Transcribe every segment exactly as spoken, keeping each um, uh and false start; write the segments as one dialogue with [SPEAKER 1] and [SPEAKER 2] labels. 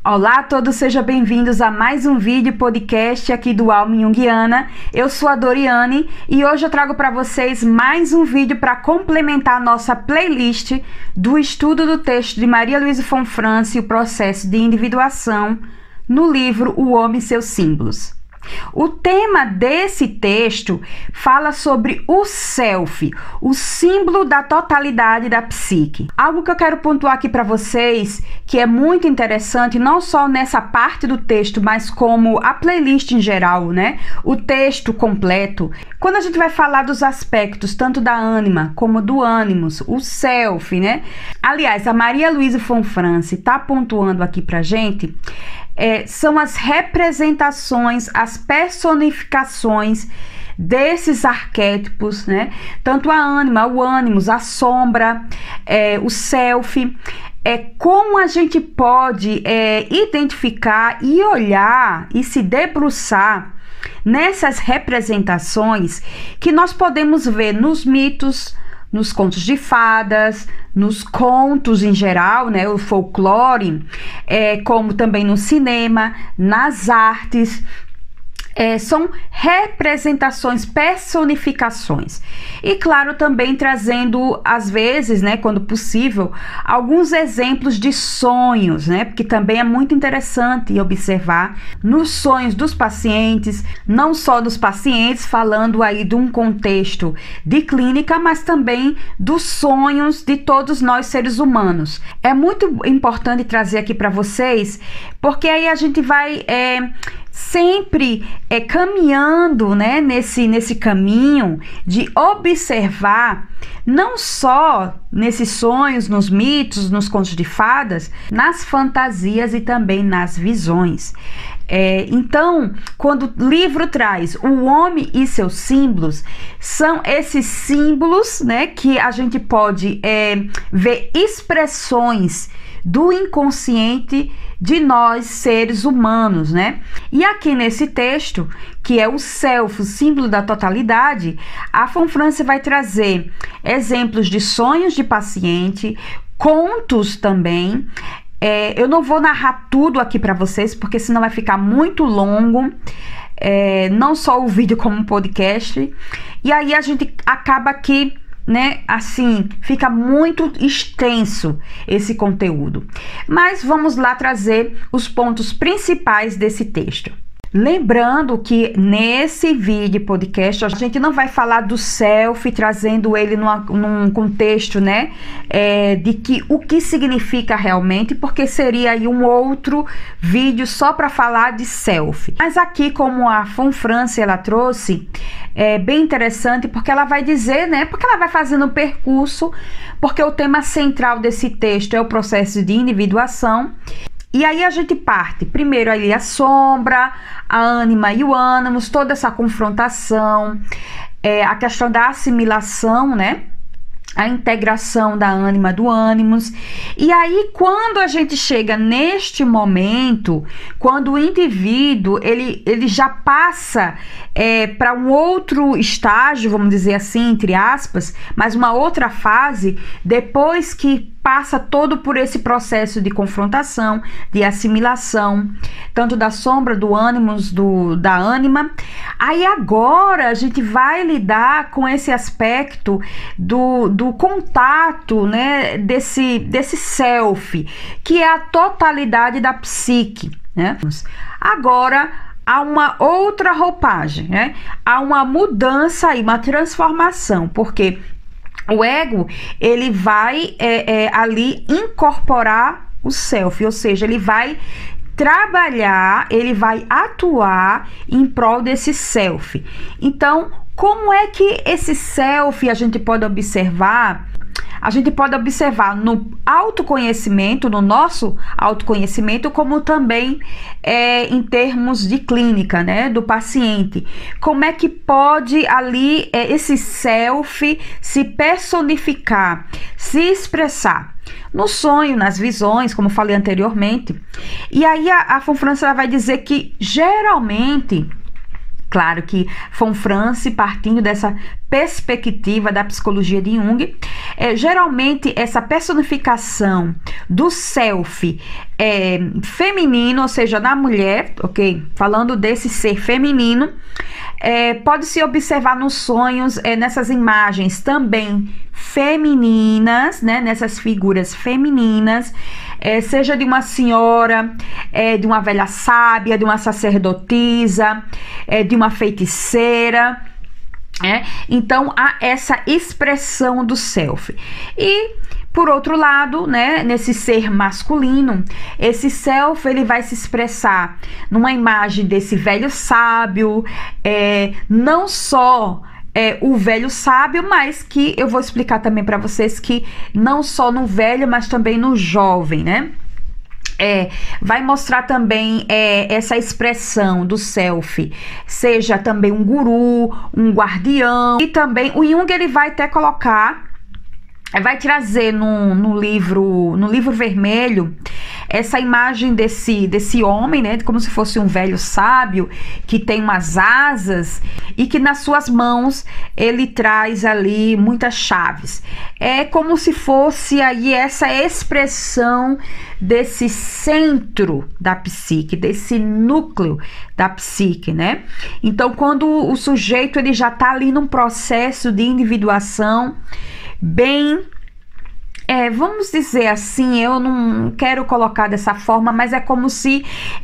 [SPEAKER 1] Olá a todos, sejam bem-vindos a mais um vídeo podcast aqui do Alma Junguiana. Eu sou a Doriane e hoje eu trago para vocês mais um vídeo para complementar a nossa playlist do estudo do texto de Maria Luísa von Franz e o processo de individuação no livro O Homem e seus Símbolos. O tema desse texto fala sobre o self, o símbolo da totalidade da psique. Algo que eu quero pontuar aqui para vocês, que é muito interessante, não só nessa parte do texto, mas como a playlist em geral, né? O texto completo. Quando a gente vai falar dos aspectos, tanto da ânima como do ânimos, o self, né? Aliás, a Maria Luísa von Franz está pontuando aqui pra gente, É, são as representações, as personificações desses arquétipos, né? Tanto a ânima, o ânimos, a sombra, é, o self. É como a gente pode é, identificar e olhar e se debruçar nessas representações que nós podemos ver nos mitos, nos contos de fadas, nos contos em geral, né, o folclore, é, como também no cinema, nas artes. É, são representações, personificações. E claro, também trazendo, às vezes, né, quando possível, alguns exemplos de sonhos, né, porque também é muito interessante observar nos sonhos dos pacientes, não só dos pacientes, falando aí de um contexto de clínica, mas também dos sonhos de todos nós seres humanos. É muito importante trazer aqui para vocês, porque aí a gente vai é, sempre é, caminhando, né, nesse, nesse caminho de observar não só nesses sonhos, nos mitos, nos contos de fadas, nas fantasias e também nas visões. É, então, quando o livro traz o homem e seus símbolos, são esses símbolos, né, que a gente pode é, ver expressões do inconsciente de nós seres humanos, né? E aqui nesse texto, que é o self, o símbolo da totalidade, a von Franz vai trazer exemplos de sonhos de paciente, contos também. É, eu não vou narrar tudo aqui para vocês, porque senão vai ficar muito longo, é, não só o vídeo como um podcast. E aí a gente acaba aqui, né, assim, fica muito extenso esse conteúdo. Mas vamos lá trazer os pontos principais desse texto. Lembrando que nesse vídeo podcast a gente não vai falar do self, trazendo ele numa, num contexto, né, é, de que o que significa realmente, porque seria aí um outro vídeo só para falar de self. Mas aqui, como a von Franz ela trouxe, é bem interessante, porque ela vai dizer, né, porque ela vai fazendo um percurso, porque o tema central desse texto é o processo de individuação. E aí a gente parte, primeiro ali a sombra, a ânima e o ânimos, toda essa confrontação, é, a questão da assimilação, né? A integração da ânima do ânimos. E aí quando a gente chega neste momento, quando o indivíduo ele, ele já passa é, para um outro estágio, vamos dizer assim, entre aspas, mas uma outra fase, depois que passa todo por esse processo de confrontação, de assimilação, tanto da sombra, do ânimos, do, da ânima. Aí agora a gente vai lidar com esse aspecto do, do contato, né, desse, desse self, que é a totalidade da psique, né? Agora há uma outra roupagem, né? Há uma mudança e uma transformação, porque o ego, ele vai é, é, ali incorporar o self, ou seja, ele vai trabalhar, ele vai atuar em prol desse self. Então, como é que esse self a gente pode observar? A gente pode observar no autoconhecimento, no nosso autoconhecimento, como também é, em termos de clínica, né, do paciente. Como é que pode ali é, esse self se personificar, se expressar? No sonho, nas visões, como falei anteriormente. E aí a, a von Franz vai dizer que geralmente Claro que von Franz, partindo dessa perspectiva da psicologia de Jung, é, geralmente essa personificação do self é, feminino, ou seja, na mulher, ok? Falando desse ser feminino, é, pode se observar nos sonhos, é, nessas imagens também femininas, né? Nessas figuras femininas, é, seja de uma senhora, é, de uma velha sábia, de uma sacerdotisa, é, de uma feiticeira. É? Então há essa expressão do self. E por outro lado, né, nesse ser masculino, esse self ele vai se expressar numa imagem desse velho sábio, é, não só é, o velho sábio, mas que eu vou explicar também para vocês que não só no velho, mas também no jovem, né? É, vai mostrar também é, essa expressão do self, seja também um guru, um guardião, e também o Jung ele vai até colocar, vai trazer no, no livro no livro vermelho essa imagem desse, desse homem, né, como se fosse um velho sábio que tem umas asas e que nas suas mãos ele traz ali muitas chaves. É como se fosse aí essa expressão desse centro da psique, desse núcleo da psique, né? Então, quando o sujeito ele já está ali num processo de individuação bem, é, vamos dizer assim, eu não quero colocar dessa forma, mas é como se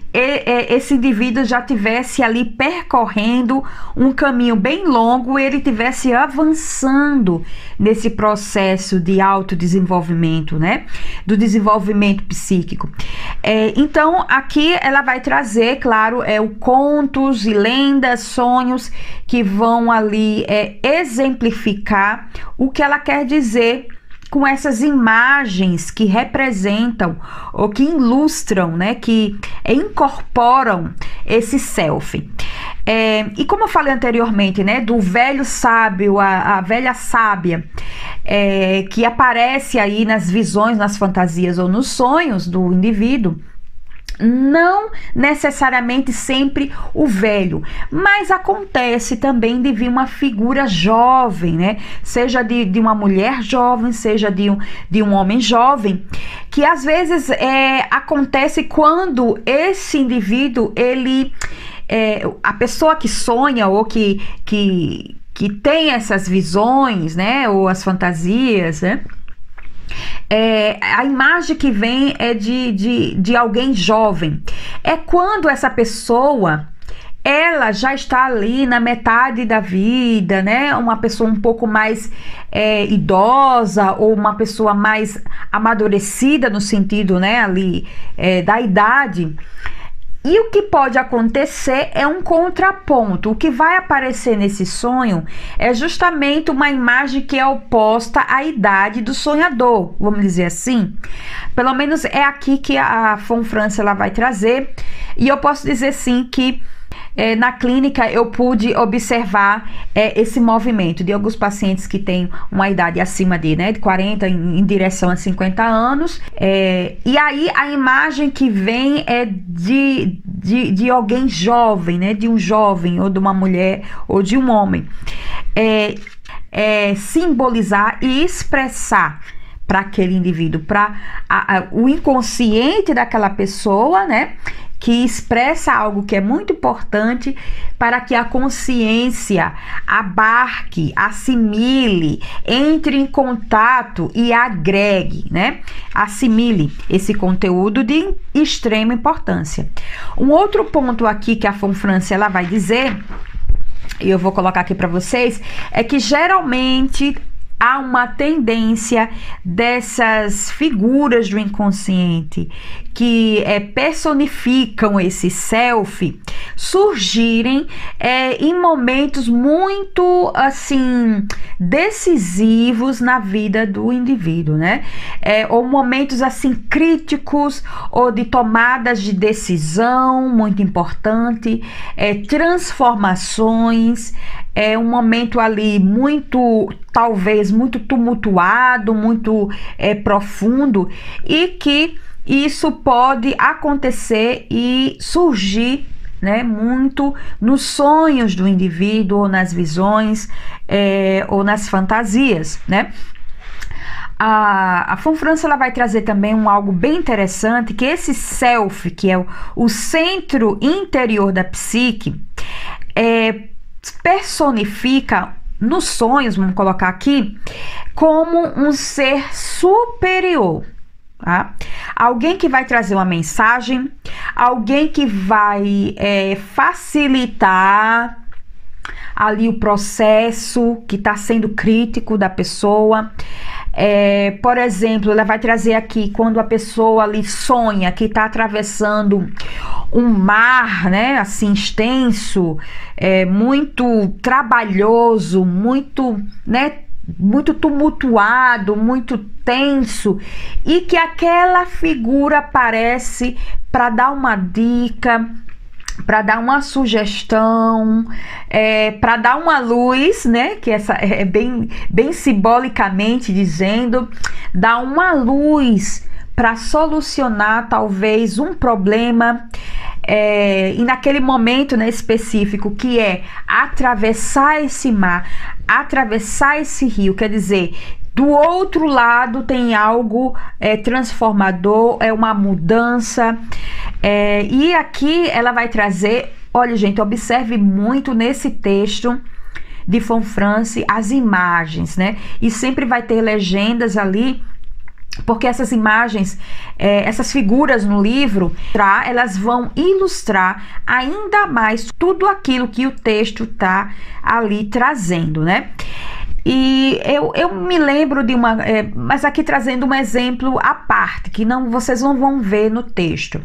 [SPEAKER 1] esse indivíduo já tivesse ali percorrendo um caminho bem longo, ele tivesse avançando nesse processo de autodesenvolvimento, né? Do desenvolvimento psíquico. É, então, aqui ela vai trazer, claro, é, o contos e lendas, sonhos que vão ali é, exemplificar o que ela quer dizer com essas imagens que representam ou que ilustram, né, que incorporam esse self. É, e como eu falei anteriormente, né, do velho sábio, a, a velha sábia, é, que aparece aí nas visões, nas fantasias ou nos sonhos do indivíduo, não necessariamente sempre o velho, mas acontece também de vir uma figura jovem, né? Seja de, de uma mulher jovem, seja de um, de um homem jovem, que às vezes é, acontece quando esse indivíduo, ele, é, a pessoa que sonha ou que, que, que tem essas visões, né? Ou as fantasias, né? É, a imagem que vem é de, de, de alguém jovem. É quando essa pessoa ela já está ali na metade da vida, né? Uma pessoa um pouco mais é, idosa ou uma pessoa mais amadurecida no sentido, né, ali é, da idade. E o que pode acontecer é um contraponto. O que vai aparecer nesse sonho é justamente uma imagem que é oposta à idade do sonhador, vamos dizer assim. Pelo menos é aqui que a von Franz ela vai trazer. E eu posso dizer sim que é, na clínica eu pude observar é, esse movimento de alguns pacientes que têm uma idade acima de, né, de quarenta em, em direção a cinquenta anos. É, e aí a imagem que vem é de, de, de alguém jovem, né, de um jovem ou de uma mulher ou de um homem. É, é simbolizar e expressar para aquele indivíduo, para o inconsciente daquela pessoa, né, que expressa algo que é muito importante para que a consciência abarque, assimile, entre em contato e agregue, né? Assimile esse conteúdo de extrema importância. Um outro ponto aqui que a von Franz ela vai dizer, e eu vou colocar aqui para vocês, é que geralmente há uma tendência dessas figuras do inconsciente que é, personificam esse self surgirem é, em momentos muito assim decisivos na vida do indivíduo, né? É, ou momentos assim críticos ou de tomadas de decisão muito importante, é, transformações. É um momento ali muito, talvez, muito tumultuado, muito é, profundo, e que isso pode acontecer e surgir né, muito nos sonhos do indivíduo, ou nas visões, é, ou nas fantasias, né? A, a Von Franz, ela vai trazer também um algo bem interessante, que esse self, que é o, o centro interior da psique, é, personifica nos sonhos, vamos colocar aqui, como um ser superior. Tá? Alguém que vai trazer uma mensagem, alguém que vai é, facilitar ali o processo que está sendo crítico da pessoa. É, por exemplo, ela vai trazer aqui quando a pessoa ali sonha que está atravessando um mar, né, assim, extenso, é, muito trabalhoso, muito, né, muito tumultuado, muito tenso, e que aquela figura aparece para dar uma dica, para dar uma sugestão, é, para dar uma luz, né? Que essa é bem, bem simbolicamente dizendo, dar uma luz para solucionar talvez um problema, é, e naquele momento, né, específico, que é atravessar esse mar, atravessar esse rio, quer dizer, do outro lado tem algo é, transformador, é uma mudança. É, e aqui ela vai trazer, olha gente, observe muito nesse texto de Von Franz as imagens, né? E sempre vai ter legendas ali, porque essas imagens, é, essas figuras no livro, tá, elas vão ilustrar ainda mais tudo aquilo que o texto tá ali trazendo, né? E eu, eu me lembro de uma, é, mas aqui trazendo um exemplo à parte, que não, vocês não vão ver no texto.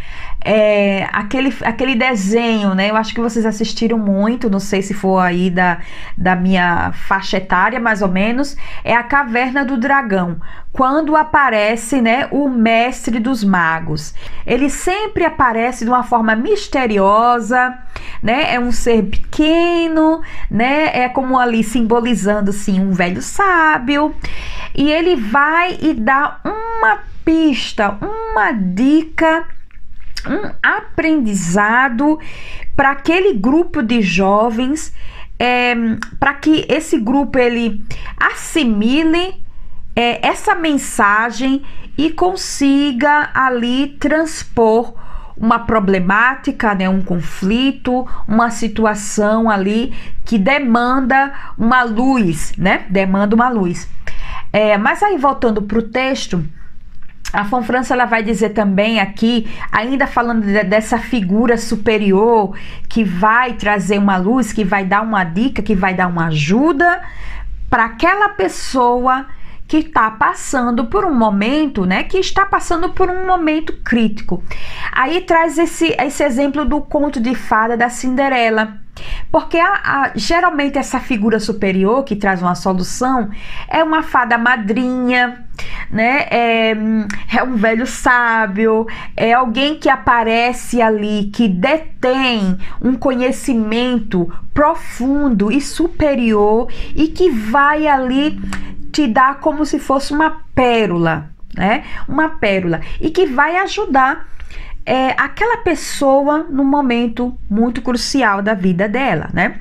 [SPEAKER 1] É, aquele, aquele desenho, né? Eu acho que vocês assistiram muito, não sei se for aí da, da minha faixa etária, mais ou menos, é a Caverna do Dragão, quando aparece, né, o mestre dos magos. Ele sempre aparece de uma forma misteriosa, né? É um ser pequeno, né? É como ali simbolizando, assim, um velho sábio, e ele vai e dá uma pista, uma dica, um aprendizado para aquele grupo de jovens, é, para que esse grupo ele assimile é, essa mensagem e consiga ali transpor uma problemática, né, um conflito, uma situação ali que demanda uma luz, né? Demanda uma luz. É, mas aí, voltando para o texto, a Von Franz, ela vai dizer também aqui, ainda falando de, dessa figura superior que vai trazer uma luz, que vai dar uma dica, que vai dar uma ajuda para aquela pessoa que está passando por um momento, né, que está passando por um momento crítico. Aí traz esse, esse exemplo do conto de fada da Cinderela. Porque a, a, geralmente essa figura superior que traz uma solução é uma fada madrinha, né? É, é um velho sábio, é alguém que aparece ali, que detém um conhecimento profundo e superior e que vai ali te dar como se fosse uma pérola, né? Uma pérola, e que vai ajudar É, aquela pessoa no momento muito crucial da vida dela, né?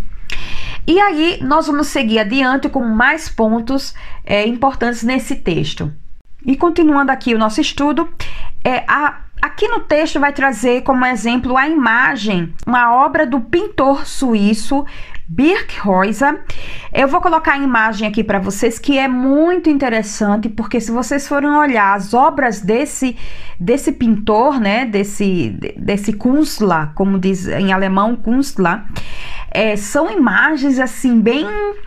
[SPEAKER 1] E aí nós vamos seguir adiante com mais pontos é, importantes nesse texto. E continuando aqui o nosso estudo, é, a, aqui no texto vai trazer como exemplo a imagem, uma obra do pintor suíço Birkhäuser. Eu vou colocar a imagem aqui para vocês, que é muito interessante, porque se vocês forem olhar as obras desse desse pintor, né, desse desse Künstler, como diz em alemão, Künstler, é, são imagens assim bem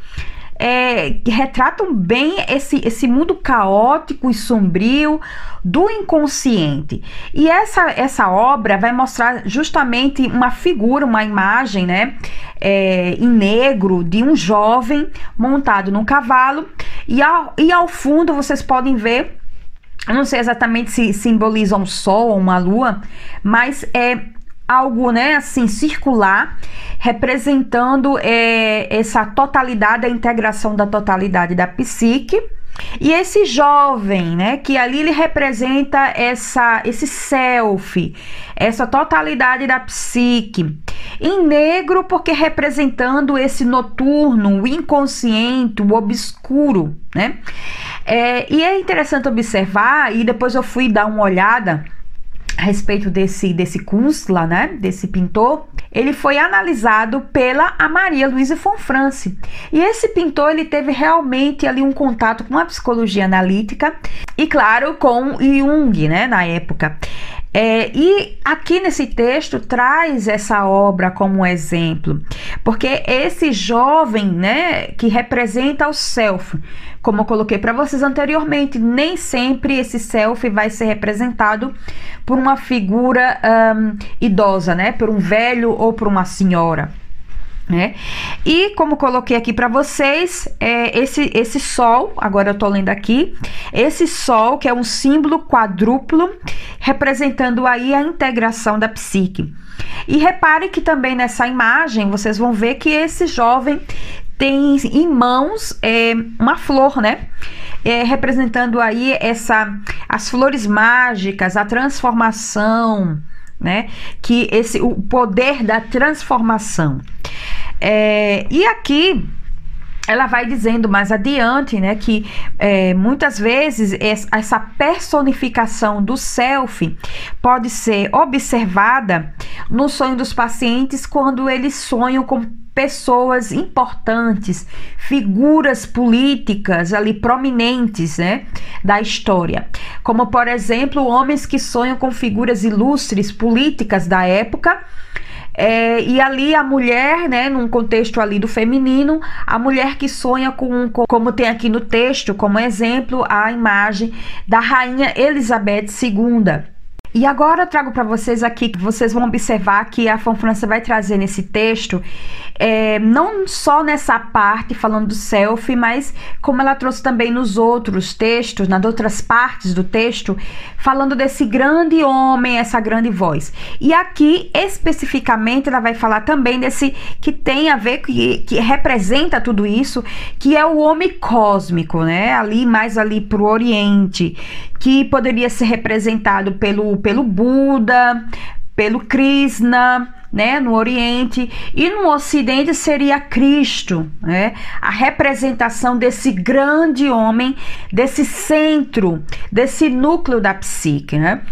[SPEAKER 1] É, que retratam bem esse, esse mundo caótico e sombrio do inconsciente. E essa, essa obra vai mostrar justamente uma figura, uma imagem, né, é, em negro, de um jovem montado num cavalo, e ao, e ao fundo vocês podem ver, eu não sei exatamente se simboliza um sol ou uma lua, mas é algo, né, assim, circular, representando é, essa totalidade, a integração da totalidade da psique. E esse jovem, né, que ali ele representa essa, esse self, essa totalidade da psique. Em negro, porque representando esse noturno, o inconsciente, o obscuro, né? É, e é interessante observar, e depois eu fui dar uma olhada a respeito desse, desse Künstler, né, desse pintor. Ele foi analisado pela Maria Louise von Franz. E esse pintor, ele teve realmente ali um contato com a psicologia analítica e, claro, com Jung, né, na época. É, e aqui nesse texto traz essa obra como um exemplo, porque esse jovem, né, que representa o self, como eu coloquei para vocês anteriormente, nem sempre esse self vai ser representado por uma figura um, idosa, né, por um velho ou por uma senhora. Né? E como coloquei aqui para vocês, é, esse, esse sol, agora eu tô lendo aqui, esse sol que é um símbolo quadruplo, representando aí a integração da psique. E repare que também nessa imagem, vocês vão ver que esse jovem tem em mãos é, uma flor, né? É, representando aí essa, as flores mágicas, a transformação, né? Que esse, o poder da transformação. É, e aqui ela vai dizendo mais adiante, né, que é, muitas vezes essa personificação do self pode ser observada no sonho dos pacientes quando eles sonham com pessoas importantes, figuras políticas ali prominentes, né, da história, como por exemplo homens que sonham com figuras ilustres políticas da época. É, e ali a mulher, né, num contexto ali do feminino, a mulher que sonha com, com, como tem aqui no texto, como exemplo, a imagem da rainha Elizabeth segunda. E agora eu trago para vocês aqui, que vocês vão observar que a von Franz vai trazer nesse texto, é, não só nessa parte falando do self, mas como ela trouxe também nos outros textos, nas outras partes do texto, falando desse grande homem, essa grande voz. E aqui, especificamente, ela vai falar também desse que tem a ver, que, que representa tudo isso, que é o homem cósmico, né? Ali, mais ali pro Oriente, que poderia ser representado pelo, pelo Buda, pelo Krishna, né, no Oriente, e no Ocidente seria Cristo, né, a representação desse grande homem, desse centro, desse núcleo da psique, né?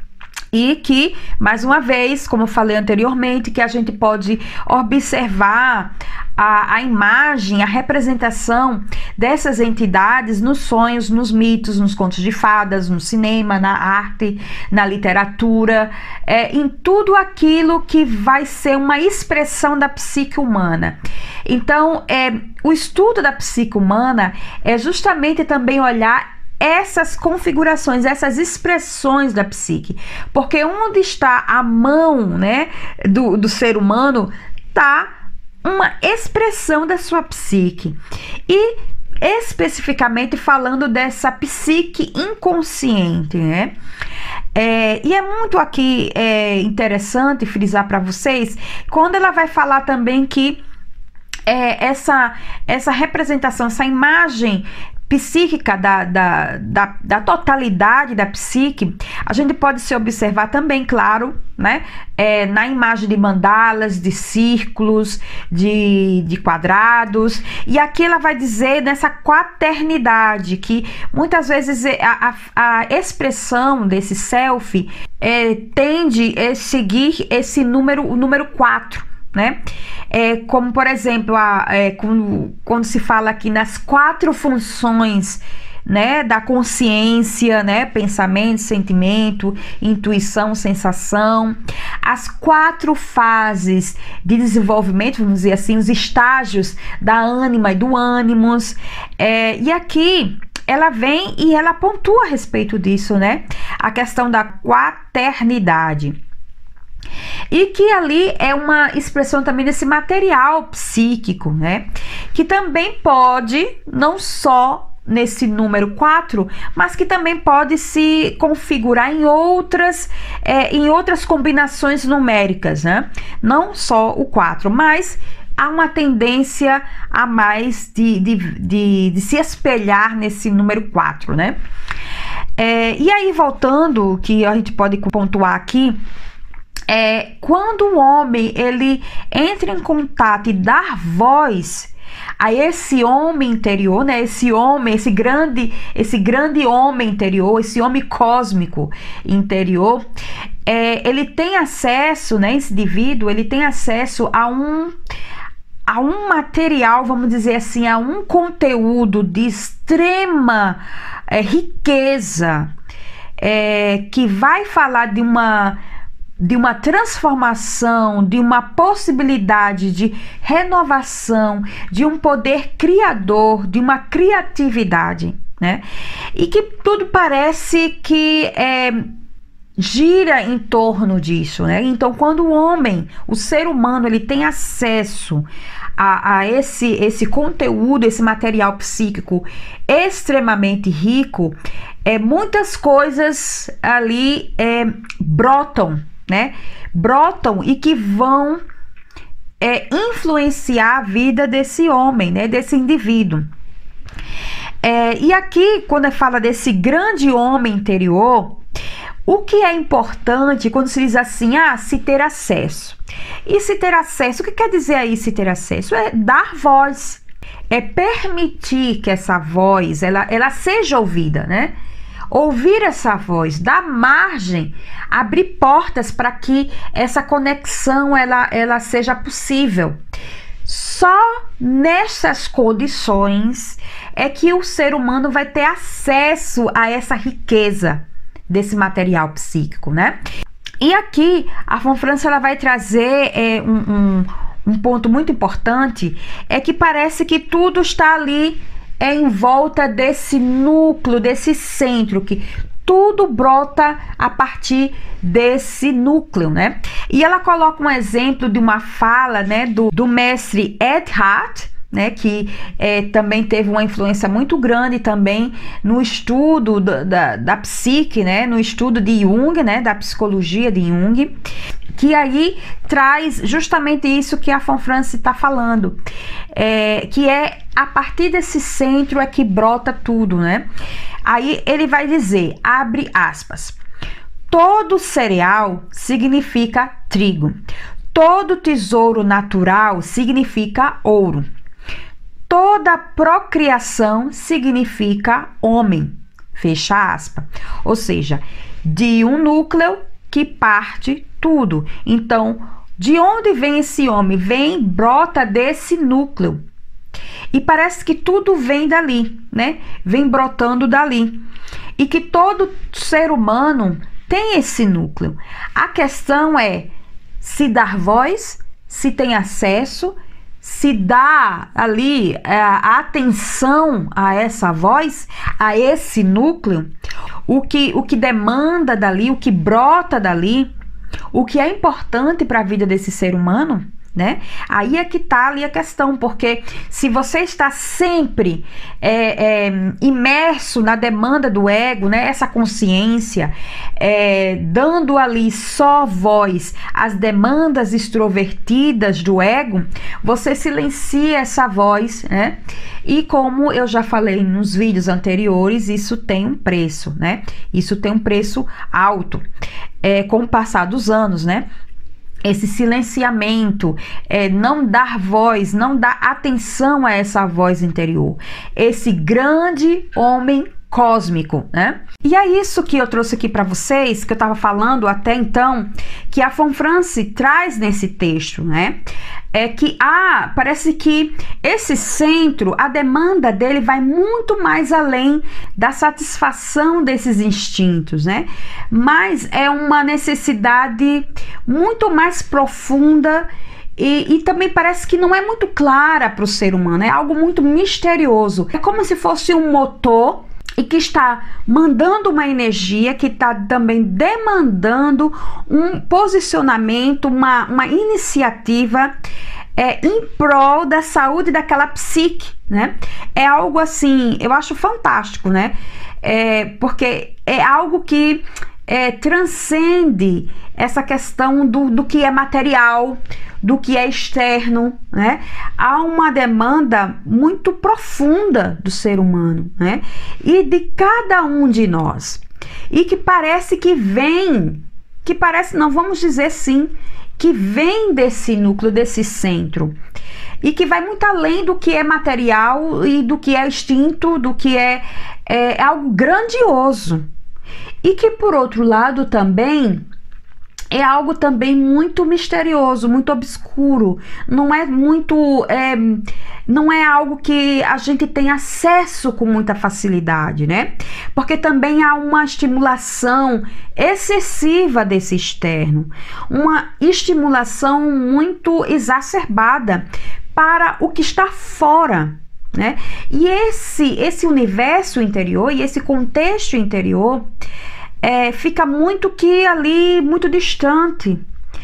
[SPEAKER 1] E que, mais uma vez, como eu falei anteriormente, que a gente pode observar a, a imagem, a representação dessas entidades nos sonhos, nos mitos, nos contos de fadas, no cinema, na arte, na literatura, é, em tudo aquilo que vai ser uma expressão da psique humana. Então, é, o estudo da psique humana é justamente também olhar essas configurações, essas expressões da psique, porque onde está a mão, né, do, do ser humano, está uma expressão da sua psique, e especificamente falando dessa psique inconsciente, né? É, e é muito aqui é, interessante frisar para vocês, quando ela vai falar também que é, essa, essa representação, essa imagem psíquica da, da, da, da totalidade da psique, a gente pode se observar também, claro, né, é, na imagem de mandalas, de círculos, de, de quadrados, e aqui ela vai dizer nessa quaternidade, que muitas vezes a, a, a expressão desse self é, tende a seguir esse número, o número quatro, né? É, como por exemplo a, é, quando, quando se fala aqui nas quatro funções, né, da consciência, né, pensamento, sentimento, intuição, sensação, as quatro fases de desenvolvimento, vamos dizer assim, os estágios da ânima e do ânimos, é, e aqui ela vem e ela pontua a respeito disso, né, a questão da quaternidade. E que ali é uma expressão também desse material psíquico, né? Que também pode, não só nesse número quatro, mas que também pode se configurar em outras, é, em outras combinações numéricas, né? Não só o quatro, mas há uma tendência a mais de, de, de, de se espelhar nesse número quatro, né? É, e aí, voltando, que a gente pode pontuar aqui, é, quando o homem ele entra em contato e dá voz a esse homem interior, né? Esse homem, esse grande, esse grande homem interior, esse homem cósmico interior, é, ele tem acesso, né? Esse indivíduo, ele tem acesso a um, a um material, vamos dizer assim, a um conteúdo de extrema é, riqueza, é, que vai falar de uma de uma transformação, de uma possibilidade de renovação, de um poder criador, de uma criatividade, né? E que tudo parece que é, gira em torno disso, né? Então, quando o homem, o ser humano, ele tem acesso a, a esse, esse conteúdo, esse material psíquico extremamente rico, é, muitas coisas ali é, brotam, né? Brotam e que vão é, influenciar a vida desse homem, né? Desse indivíduo. É, e aqui, quando fala desse grande homem interior, o que é importante quando se diz assim, ah, se ter acesso. E se ter acesso, o que quer dizer aí se ter acesso? É dar voz, é permitir que essa voz, ela, ela seja ouvida, né? Ouvir essa voz, dar margem, abrir portas para que essa conexão ela, ela seja possível. Só nessas condições é que o ser humano vai ter acesso a essa riqueza desse material psíquico, né? E aqui a Von Franz ela vai trazer é, um, um, um ponto muito importante, é que parece que tudo está ali é em volta desse núcleo, desse centro, que tudo brota a partir desse núcleo, né? E ela coloca um exemplo de uma fala, né, do, do mestre Eckhart, né, que é, também teve uma influência muito grande também no estudo da, da, da psique, né, no estudo de Jung, né, da psicologia de Jung, que aí traz justamente isso que a Von Franz está falando, é, que é a partir desse centro é que brota tudo, né? Aí ele vai dizer, abre aspas, todo cereal significa trigo, todo tesouro natural significa ouro, toda procriação significa homem, fecha aspas. Ou seja, de um núcleo que parte tudo. Então, de onde vem esse homem? Vem, brota desse núcleo. E parece que tudo vem dali, né? Vem brotando dali. E que todo ser humano tem esse núcleo. A questão é se dar voz, se tem acesso, se dá ali a atenção a essa voz, a esse núcleo, o que, o que demanda dali, o que brota dali, o que é importante para a vida desse ser humano, né? Aí é que tá ali a questão, porque se você está sempre é, é, imerso na demanda do ego, né? Essa consciência, é, dando ali só voz às demandas extrovertidas do ego, você silencia essa voz, né? E como eu já falei nos vídeos anteriores, isso tem um preço, né? Isso tem um preço alto, é, com o passar dos anos, né? Esse silenciamento, é, não dar voz, não dar atenção a essa voz interior, esse grande homem cósmico, né? E é isso que eu trouxe aqui para vocês, que eu estava falando até então, que a Von Franz traz nesse texto, né? É que ah, parece que esse centro, a demanda dele vai muito mais além da satisfação desses instintos, né? Mas é uma necessidade muito mais profunda e, e também parece que não é muito clara para o ser humano, é algo muito misterioso. É como se fosse um motor e que está mandando uma energia, que está também demandando um posicionamento, uma, uma iniciativa é, em prol da saúde daquela psique, né? É algo assim, eu acho fantástico, né? É, porque é algo que é, transcende essa questão do, do que é material, do que é externo, né? Há uma demanda muito profunda do ser humano, né? E de cada um de nós. E que parece que vem, que parece, não, vamos dizer sim, que vem desse núcleo, desse centro. E que vai muito além do que é material e do que é instinto, do que é, é algo grandioso. E que, por outro lado, também é algo também muito misterioso, muito obscuro. Não é muito, é, não é algo que a gente tem acesso com muita facilidade, né? Porque também há uma estimulação excessiva desse externo, uma estimulação muito exacerbada para o que está fora, né? E esse, esse universo interior e esse contexto interior É, fica muito que ali, muito distante,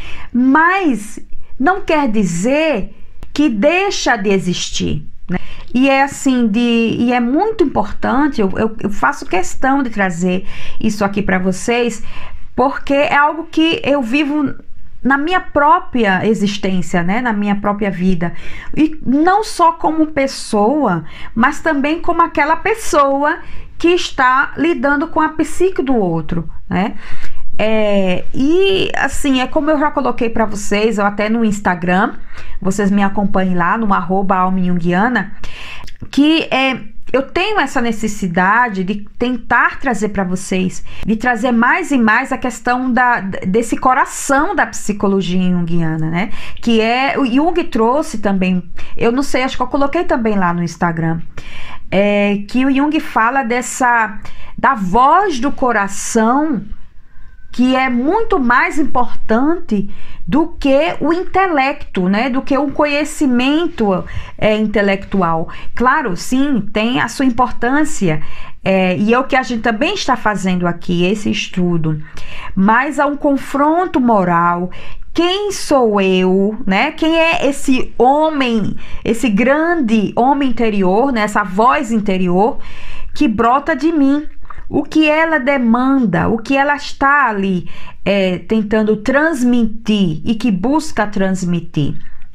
[SPEAKER 1] mas não quer dizer que deixa de existir, né? E é assim, de, e é muito importante, eu, eu, eu faço questão de trazer isso aqui para vocês, porque é algo que eu vivo na minha própria existência, né? Na minha própria vida, e não só como pessoa, mas também como aquela pessoa que está lidando com a psique do outro, né? É, e assim, é como eu já coloquei para vocês, eu até no Instagram, vocês me acompanhem lá no arroba almajunguiana, que é, eu tenho essa necessidade de tentar trazer para vocês, de trazer mais e mais a questão da, desse coração da psicologia junguiana, né? Que é, o Jung trouxe também, eu não sei, acho que eu coloquei também lá no Instagram, é, que o Jung fala dessa, da voz do coração, que é muito mais importante do que o intelecto, né? Do que um conhecimento é, intelectual. Claro, sim, tem a sua importância, é, e é o que a gente também está fazendo aqui, esse estudo. Mas há um confronto moral. Quem sou eu, né? Quem é esse homem, esse grande homem interior, né? Essa voz interior que brota de mim? O que ela demanda, o que ela está ali é, tentando transmitir e que busca transmitir.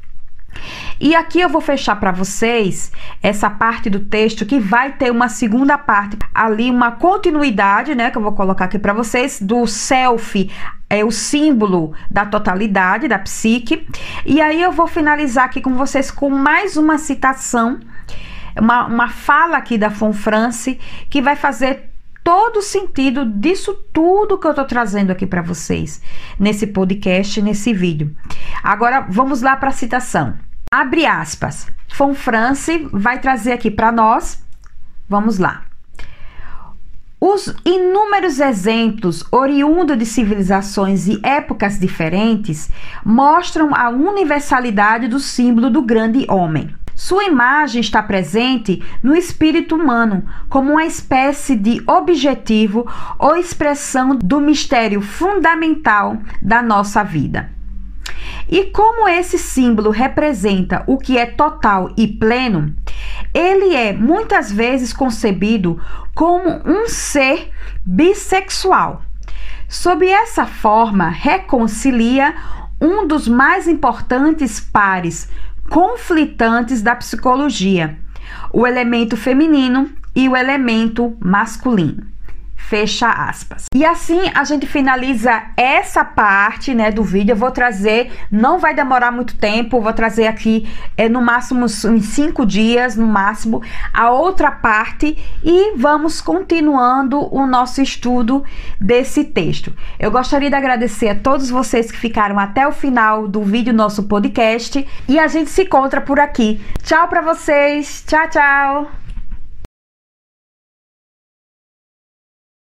[SPEAKER 1] E aqui eu vou fechar para vocês essa parte do texto, que vai ter uma segunda parte, ali uma continuidade, né, que eu vou colocar aqui para vocês, do self, é o símbolo da totalidade, da psique. E aí eu vou finalizar aqui com vocês com mais uma citação, uma, uma fala aqui da Fonfrance, que vai fazer todo o sentido disso tudo que eu tô trazendo aqui para vocês nesse podcast, nesse vídeo. Agora vamos lá para a citação. Abre aspas. Fonfrance vai trazer aqui para nós. Vamos lá. Os inúmeros exemplos oriundos de civilizações e épocas diferentes mostram a universalidade do símbolo do grande homem. Sua imagem está presente no espírito humano como uma espécie de objetivo ou expressão do mistério fundamental da nossa vida. E como esse símbolo representa o que é total e pleno, ele é muitas vezes concebido como um ser bissexual. Sob essa forma, reconcilia um dos mais importantes pares conflitantes da psicologia, o elemento feminino e o elemento masculino. Fecha aspas. E assim a gente finaliza essa parte, né, do vídeo. Eu vou trazer, não vai demorar muito tempo, vou trazer aqui é, no máximo uns cinco dias, no máximo, a outra parte, e vamos continuando o nosso estudo desse texto. Eu gostaria de agradecer a todos vocês que ficaram até o final do vídeo, nosso podcast, e a gente se encontra por aqui. Tchau para vocês, tchau, tchau!